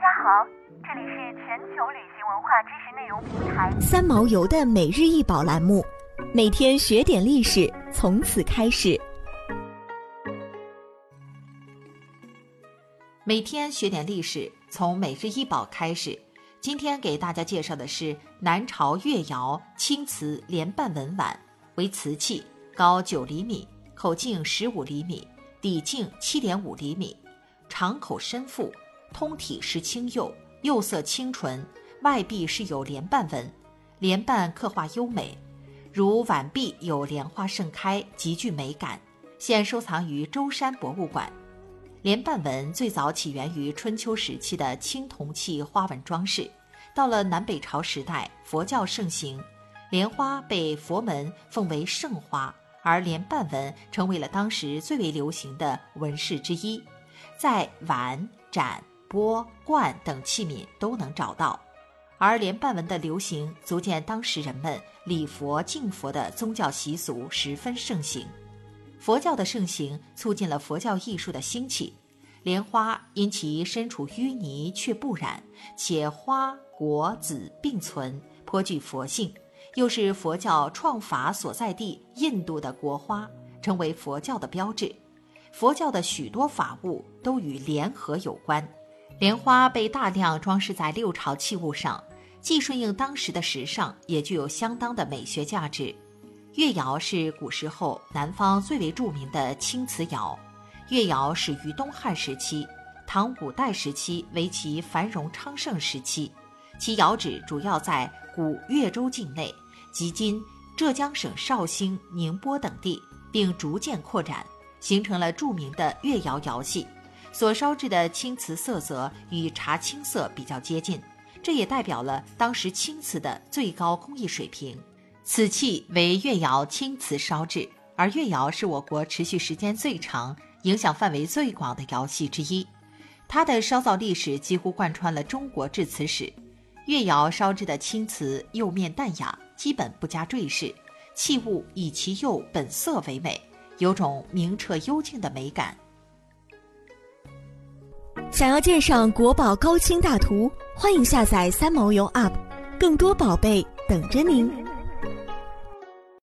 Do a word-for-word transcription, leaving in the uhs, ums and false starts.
家好，这里是全球旅行文化知识内容平台三毛游的每日一宝栏目，每天学点历史，从此开始。 每天学点历史，从每日一宝开始。今天给大家介绍的是南朝越窑青瓷莲瓣纹碗，为瓷器，高九厘米，口径十五厘米，底径七点五厘米，长口深腹，通体实青釉，釉色清纯，外壁是有莲瓣纹，莲瓣刻画优美，如碗壁有莲花盛开，极具美感，现收藏于舟山博物馆。莲瓣纹最早起源于春秋时期的青铜器花纹装饰，到了南北朝时代，佛教盛行，莲花被佛门奉为圣花，而莲瓣纹成为了当时最为流行的纹饰之一，在碗、盏、钵、罐等器皿都能找到。而莲瓣纹的流行足见当时人们礼佛敬佛的宗教习俗十分盛行。佛教的盛行促进了佛教艺术的兴起，莲花因其身处淤泥却不染，且花果籽并存，颇具佛性，又是佛教创法所在地印度的国花，成为佛教的标志。佛教的许多法物都与莲荷有关，莲花被大量装饰在六朝器物上，既顺应当时的时尚，也具有相当的美学价值。越窑是古时候南方最为著名的青瓷窑，越窑始于东汉时期，唐五代时期为其繁荣昌盛时期，其窑址主要在古越州境内，即今浙江省绍兴、宁波等地，并逐渐扩展，形成了著名的越窑窑系，所烧制的青瓷色泽与茶青色比较接近，这也代表了当时青瓷的最高工艺水平。此器为越窑青瓷烧制，而越窑是我国持续时间最长、影响范围最广的窑系之一，它的烧造历史几乎贯穿了中国制瓷史。越窑烧制的青瓷釉面淡雅，基本不加坠饰，器物以其釉本色为美，有种明澈幽静的美感。 想要鉴赏国宝高清大图，欢迎下载三毛游 App， 更多宝贝等着您。